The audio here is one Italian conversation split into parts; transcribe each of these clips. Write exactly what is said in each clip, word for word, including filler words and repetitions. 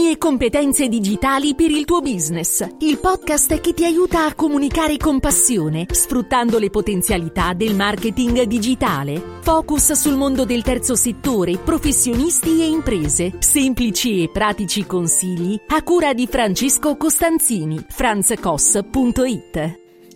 e competenze digitali per il tuo business. Il podcast che ti aiuta a comunicare con passione, sfruttando le potenzialità del marketing digitale. Focus sul mondo del terzo settore, professionisti e imprese. Semplici e pratici consigli a cura di Francesco Costanzini. franz cos punto it.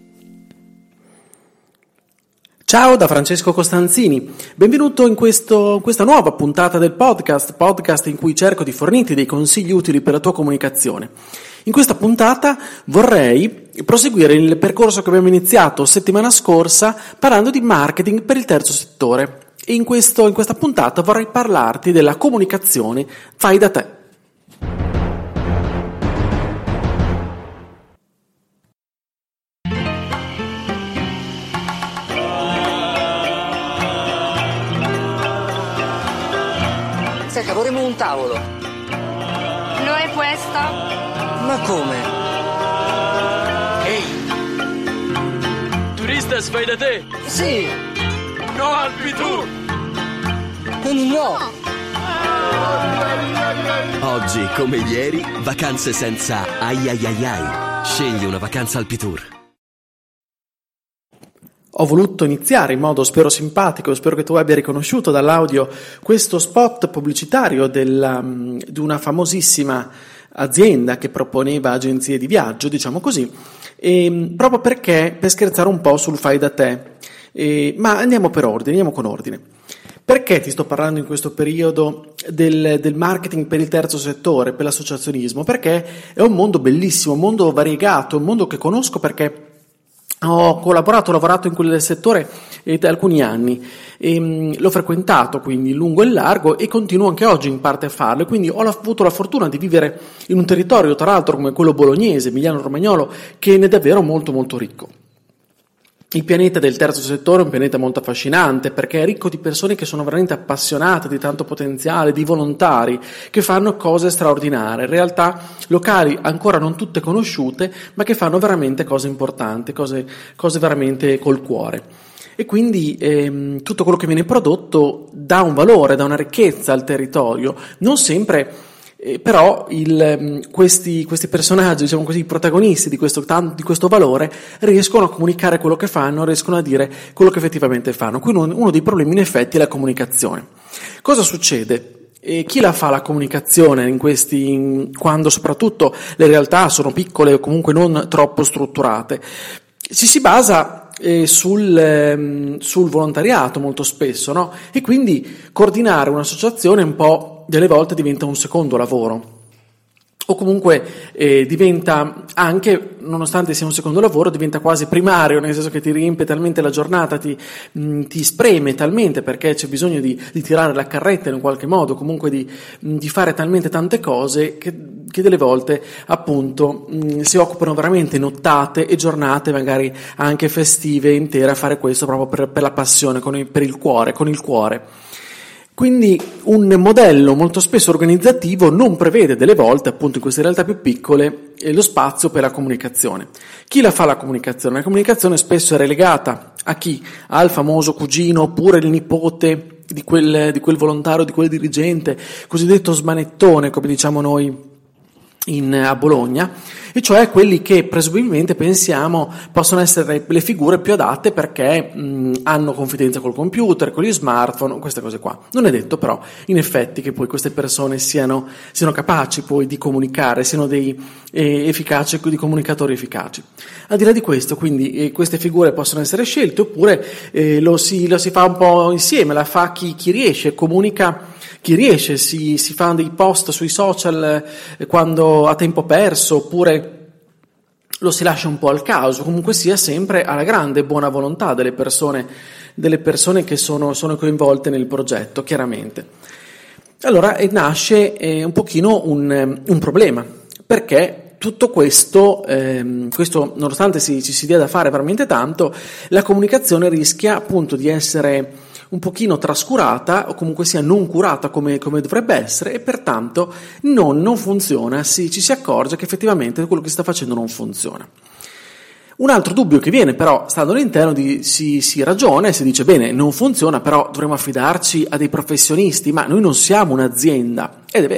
Ciao da Francesco Costanzini, benvenuto in questo, questa nuova puntata del podcast, podcast in cui cerco di fornirti dei consigli utili per la tua comunicazione. In questa puntata vorrei proseguire il percorso che abbiamo iniziato settimana scorsa parlando di marketing per il terzo settore e in, questo, in questa puntata vorrei parlarti della comunicazione fai da te. Senta, vorremmo un tavolo. ¿No è questo? Ma come? Ehi! Turista fai da te? Sì! No al Pitur! No! Oggi, come ieri, vacanze senza ai ai ai ai. Scegli una vacanza al Pitur. Ho voluto iniziare in modo, spero simpatico, spero che tu abbia riconosciuto dall'audio questo spot pubblicitario della, di una famosissima azienda che proponeva agenzie di viaggio, diciamo così, e, proprio perché, per scherzare un po' sul fai da te, e, ma andiamo per ordine, andiamo con ordine. Perché ti sto parlando in questo periodo del, del marketing per il terzo settore, per l'associazionismo? Perché è un mondo bellissimo, un mondo variegato, un mondo che conosco perché ho collaborato, ho lavorato in quel settore eh, da alcuni anni, e, mh, l'ho frequentato quindi in lungo e in largo e continuo anche oggi in parte a farlo, e quindi ho la, avuto la fortuna di vivere in un territorio tra l'altro come quello bolognese, emiliano-romagnolo, che ne è davvero molto molto ricco. Il pianeta del terzo settore è un pianeta molto affascinante perché è ricco di persone che sono veramente appassionate di tanto potenziale, di volontari che fanno cose straordinarie, realtà locali ancora non tutte conosciute ma che fanno veramente cose importanti, cose, cose veramente col cuore. E quindi ehm, tutto quello che viene prodotto dà un valore, dà una ricchezza al territorio, non sempre. Eh, però il, questi, questi personaggi, diciamo così, i protagonisti di questo, di questo valore riescono a comunicare quello che fanno, riescono a dire quello che effettivamente fanno. Quindi uno, uno dei problemi in effetti è la comunicazione. Cosa succede? E chi la fa la comunicazione in questi, in, quando soprattutto le realtà sono piccole o comunque non troppo strutturate? Ci si basa eh, sul, ehm, sul volontariato molto spesso, no? E quindi coordinare un'associazione un po' delle volte diventa un secondo lavoro. O comunque eh, diventa anche, nonostante sia un secondo lavoro, diventa quasi primario, nel senso che ti riempie talmente la giornata, ti, mh, ti spreme talmente perché c'è bisogno di, di tirare la carretta in un qualche modo, comunque di, mh, di fare talmente tante cose che, che delle volte appunto mh, si occupano veramente nottate e giornate, magari anche festive intere, a fare questo proprio per, per la passione, con il, per il cuore, con il cuore. Quindi un modello molto spesso organizzativo non prevede delle volte, appunto in queste realtà più piccole, lo spazio per la comunicazione. Chi la fa la comunicazione? La comunicazione spesso è relegata a chi? Al famoso cugino oppure il nipote di quel, di quel volontario, di quel dirigente, cosiddetto smanettone, come diciamo noi in, a Bologna, e cioè quelli che presumibilmente pensiamo possono essere le figure più adatte perché mh, hanno confidenza col computer, con gli smartphone, queste cose qua. Non è detto però in effetti che poi queste persone siano, siano capaci poi di comunicare, siano dei eh, efficaci, di comunicatori efficaci. Al di là di questo, quindi eh, queste figure possono essere scelte oppure eh, lo, si, lo si fa un po' insieme, la fa chi, chi riesce, comunica chi riesce, si, si fa dei post sui social eh, quando ha tempo perso oppure lo si lascia un po' al caso, comunque sia sempre alla grande buona volontà delle persone, delle persone che sono, sono coinvolte nel progetto, chiaramente. Allora eh, nasce eh, un pochino un, un problema, perché tutto questo, ehm, questo nonostante si, ci si dia da fare veramente tanto, la comunicazione rischia appunto di essere un pochino trascurata o comunque sia non curata come, come dovrebbe essere e pertanto non, non funziona, si, ci si accorge che effettivamente quello che si sta facendo non funziona. Un altro dubbio che viene però, stando all'interno, di, si, si ragiona e si dice bene, non funziona, però dovremmo affidarci a dei professionisti, ma noi non siamo un'azienda, ed è vero.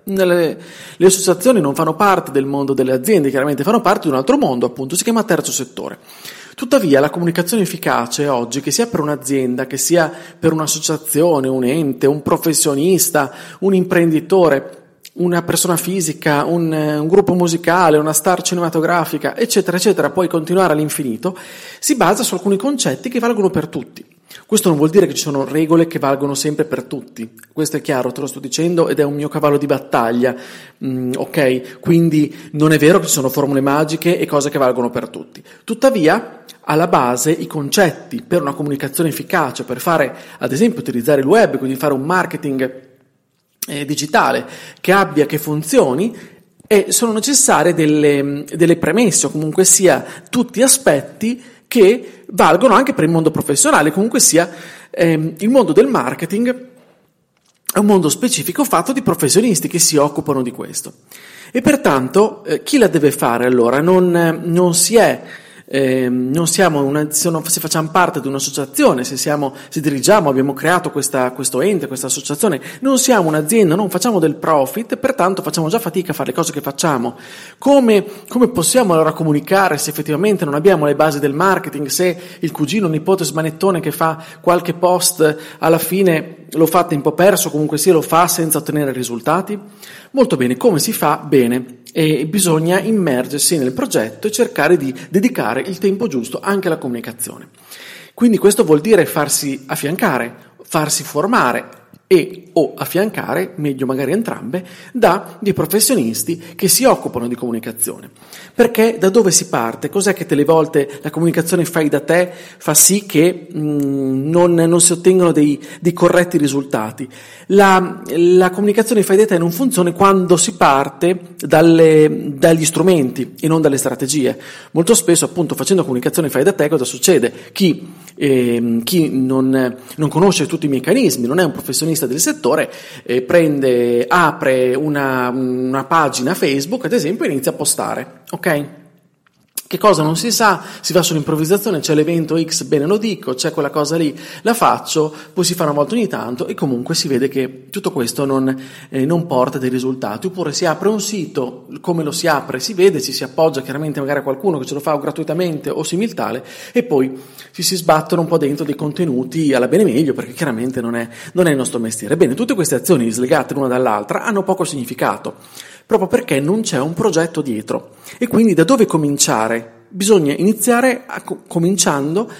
Le, le associazioni non fanno parte del mondo delle aziende, chiaramente fanno parte di un altro mondo, appunto, si chiama terzo settore. Tuttavia la comunicazione efficace oggi, che sia per un'azienda, che sia per un'associazione, un ente, un professionista, un imprenditore, una persona fisica, un, un gruppo musicale, una star cinematografica, eccetera, eccetera, puoi continuare all'infinito, si basa su alcuni concetti che valgono per tutti. Questo non vuol dire che ci sono regole che valgono sempre per tutti, questo è chiaro, te lo sto dicendo ed è un mio cavallo di battaglia, mm, ok? Quindi non è vero che ci sono formule magiche e cose che valgono per tutti. Tuttavia, alla base, i concetti per una comunicazione efficace, per fare, ad esempio, utilizzare il web, quindi fare un marketing eh, digitale che abbia, che funzioni, e sono necessarie delle, delle premesse, o comunque sia tutti aspetti che valgono anche per il mondo professionale, comunque sia ehm, il mondo del marketing è un mondo specifico fatto di professionisti che si occupano di questo. E pertanto eh, chi la deve fare allora? Non, non si è Eh, non siamo una, se, non, se facciamo parte di un'associazione, se siamo, se dirigiamo, abbiamo creato questa, questo ente, questa associazione, non siamo un'azienda, non facciamo del profit, pertanto facciamo già fatica a fare le cose che facciamo. Come, come possiamo allora comunicare se effettivamente non abbiamo le basi del marketing, se il cugino, il nipote smanettone che fa qualche post alla fine lo fa a tempo perso, comunque sia lo fa senza ottenere risultati? Molto bene, come si fa? Bene. E bisogna immergersi nel progetto e cercare di dedicare il tempo giusto anche alla comunicazione. Quindi questo vuol dire farsi affiancare, farsi formare e o affiancare, meglio magari entrambe, da dei professionisti che si occupano di comunicazione. Perché da dove si parte? Cos'è che delle volte la comunicazione fai da te fa sì che mh, non, non si ottengono dei, dei corretti risultati? La, la comunicazione fai da te non funziona quando si parte dalle, dagli strumenti e non dalle strategie. Molto spesso, appunto, facendo comunicazione fai da te, cosa succede? Chi, eh, chi non, non conosce tutti i meccanismi, non è un professionista del settore, eh, prende, apre una, una pagina Facebook, ad esempio, e inizia a postare, ok? Che cosa non si sa, si va sull'improvvisazione, c'è l'evento X, bene lo dico, c'è quella cosa lì, la faccio, poi si fa una volta ogni tanto e comunque si vede che tutto questo non, eh, non porta dei risultati. Oppure si apre un sito, come lo si apre si vede, ci si appoggia chiaramente magari a qualcuno che ce lo fa gratuitamente o similtale e poi ci si sbattono un po' dentro dei contenuti alla bene meglio, perché chiaramente non è, non è il nostro mestiere. Bene, tutte queste azioni slegate l'una dall'altra hanno poco significato, proprio perché non c'è un progetto dietro. E quindi da dove cominciare? Bisogna iniziare a co- cominciando,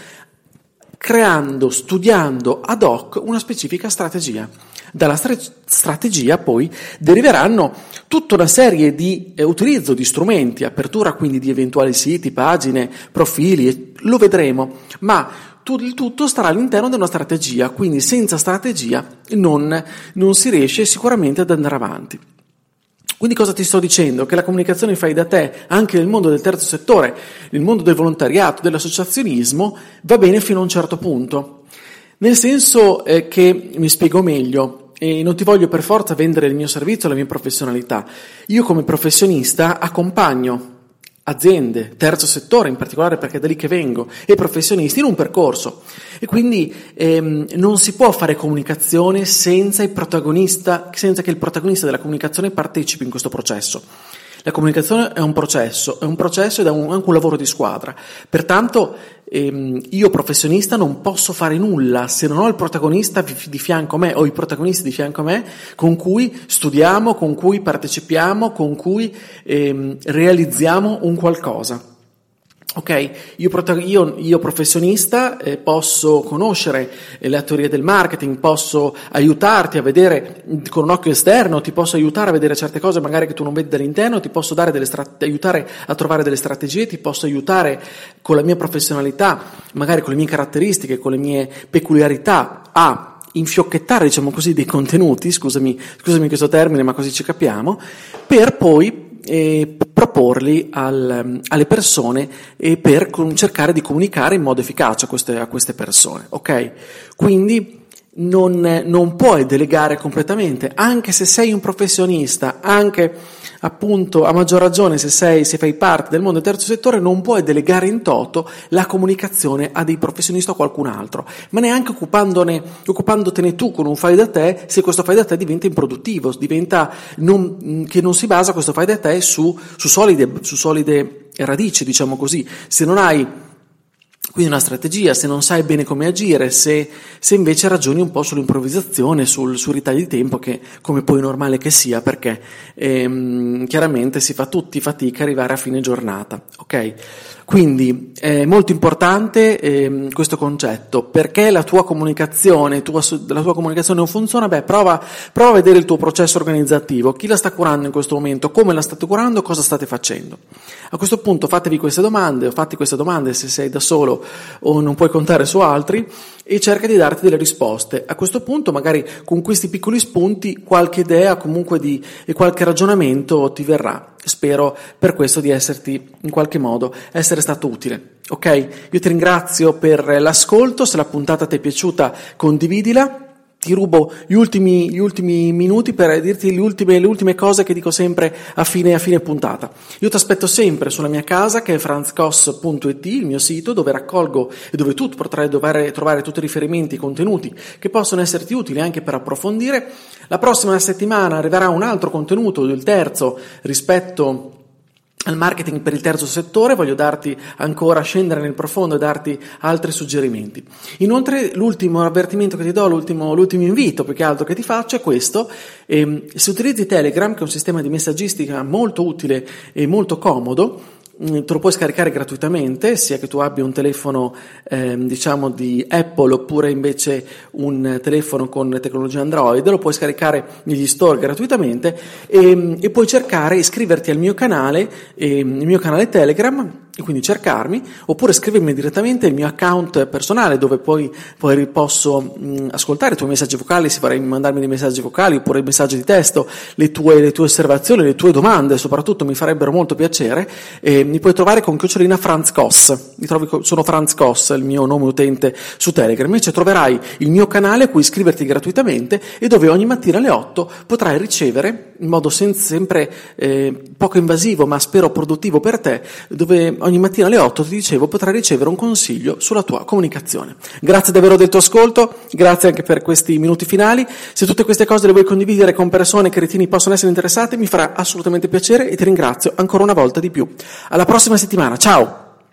creando, studiando ad hoc una specifica strategia. Dalla stra- strategia poi deriveranno tutta una serie di eh, utilizzo di strumenti, apertura quindi di eventuali siti, pagine, profili, lo vedremo, ma il tutto starà all'interno di una strategia, quindi senza strategia non, non si riesce sicuramente ad andare avanti. Quindi cosa ti sto dicendo? Che la comunicazione fai da te, anche nel mondo del terzo settore, nel mondo del volontariato, dell'associazionismo, va bene fino a un certo punto. Nel senso eh, che, mi spiego meglio, e non ti voglio per forza vendere il mio servizio, la mia professionalità. Io come professionista accompagno aziende, terzo settore in particolare perché è da lì che vengo, e professionisti in un percorso. E quindi ehm, non si può fare comunicazione senza il protagonista, senza che il protagonista della comunicazione partecipi in questo processo. La comunicazione è un processo, è un processo ed è un, anche un lavoro di squadra. Pertanto ehm, io professionista non posso fare nulla se non ho il protagonista di fianco a me o i protagonisti di fianco a me con cui studiamo, con cui partecipiamo, con cui ehm, realizziamo un qualcosa. Ok, io, io, io professionista eh, posso conoscere eh, la teoria del marketing, posso aiutarti a vedere con un occhio esterno, ti posso aiutare a vedere certe cose magari che tu non vedi dall'interno, ti posso dare delle strate- aiutare a trovare delle strategie, ti posso aiutare con la mia professionalità, magari con le mie caratteristiche, con le mie peculiarità a infiocchettare, diciamo così, dei contenuti, scusami, scusami questo termine, ma così ci capiamo, per poi e proporli al, alle persone e per con, cercare di comunicare in modo efficace a queste, a queste persone, ok? Quindi non, non puoi delegare completamente, anche se sei un professionista, anche appunto a maggior ragione se sei, se fai parte del mondo del terzo settore, non puoi delegare in toto la comunicazione a dei professionisti o a qualcun altro, ma neanche occupandone, occupandotene tu con un fai da te, se questo fai da te diventa improduttivo, diventa non, che non si basa questo fai da te su, su solide, su solide radici, diciamo così. Se non hai quindi una strategia, se non sai bene come agire, se, se invece ragioni un po' sull'improvvisazione, sul, sul ritagli di tempo, che come poi è normale che sia, perché ehm, chiaramente si fa tutti fatica a arrivare a fine giornata, ok? Quindi è molto importante ehm, questo concetto. Perché la tua comunicazione, tua, la tua comunicazione non funziona? Beh, prova, prova a vedere il tuo processo organizzativo, chi la sta curando in questo momento, come la state curando, cosa state facendo. A questo punto fatevi queste domande, o fatti queste domande se sei da solo o non puoi contare su altri, e cerca di darti delle risposte. A questo punto magari con questi piccoli spunti qualche idea comunque di e qualche ragionamento ti verrà. Spero per questo di esserti in qualche modo essere stato utile. Ok? Io ti ringrazio per l'ascolto, se la puntata ti è piaciuta condividila. Ti rubo gli ultimi, gli ultimi minuti per dirti le ultime, le ultime cose che dico sempre a fine, a fine puntata. Io ti aspetto sempre sulla mia casa, che è franz cos punto it, il mio sito dove raccolgo e dove tu potrai dover trovare tutti i riferimenti, i contenuti che possono esserti utili anche per approfondire. La prossima settimana arriverà un altro contenuto, il terzo, rispetto al marketing per il terzo settore. Voglio darti ancora, scendere nel profondo e darti altri suggerimenti. Inoltre l'ultimo avvertimento che ti do, l'ultimo, l'ultimo invito più che altro che ti faccio è questo: eh, se utilizzi Telegram, che è un sistema di messaggistica molto utile e molto comodo, te lo puoi scaricare gratuitamente, sia che tu abbia un telefono eh, diciamo di Apple oppure invece un telefono con tecnologia Android, lo puoi scaricare negli store gratuitamente e, e puoi cercare, iscriverti al mio canale, eh, il mio canale Telegram, e quindi cercarmi, oppure scrivermi direttamente il mio account personale dove poi, poi posso mh, ascoltare i tuoi messaggi vocali, se vorrai mandarmi dei messaggi vocali oppure messaggi di testo, le tue, le tue osservazioni, le tue domande soprattutto mi farebbero molto piacere. E mi puoi trovare con chiocciolina Franz Cos, mi trovi, sono Franz Cos, il mio nome utente su Telegram. Invece troverai il mio canale a cui iscriverti gratuitamente e dove ogni mattina alle otto potrai ricevere, in modo sen- sempre eh, poco invasivo ma spero produttivo per te, dove ogni mattina alle otto, ti dicevo, potrai ricevere un consiglio sulla tua comunicazione. Grazie davvero del tuo ascolto, grazie anche per questi minuti finali. Se tutte queste cose le vuoi condividere con persone che ritieni possono essere interessate, mi farà assolutamente piacere e ti ringrazio ancora una volta di più. Alla prossima settimana, ciao!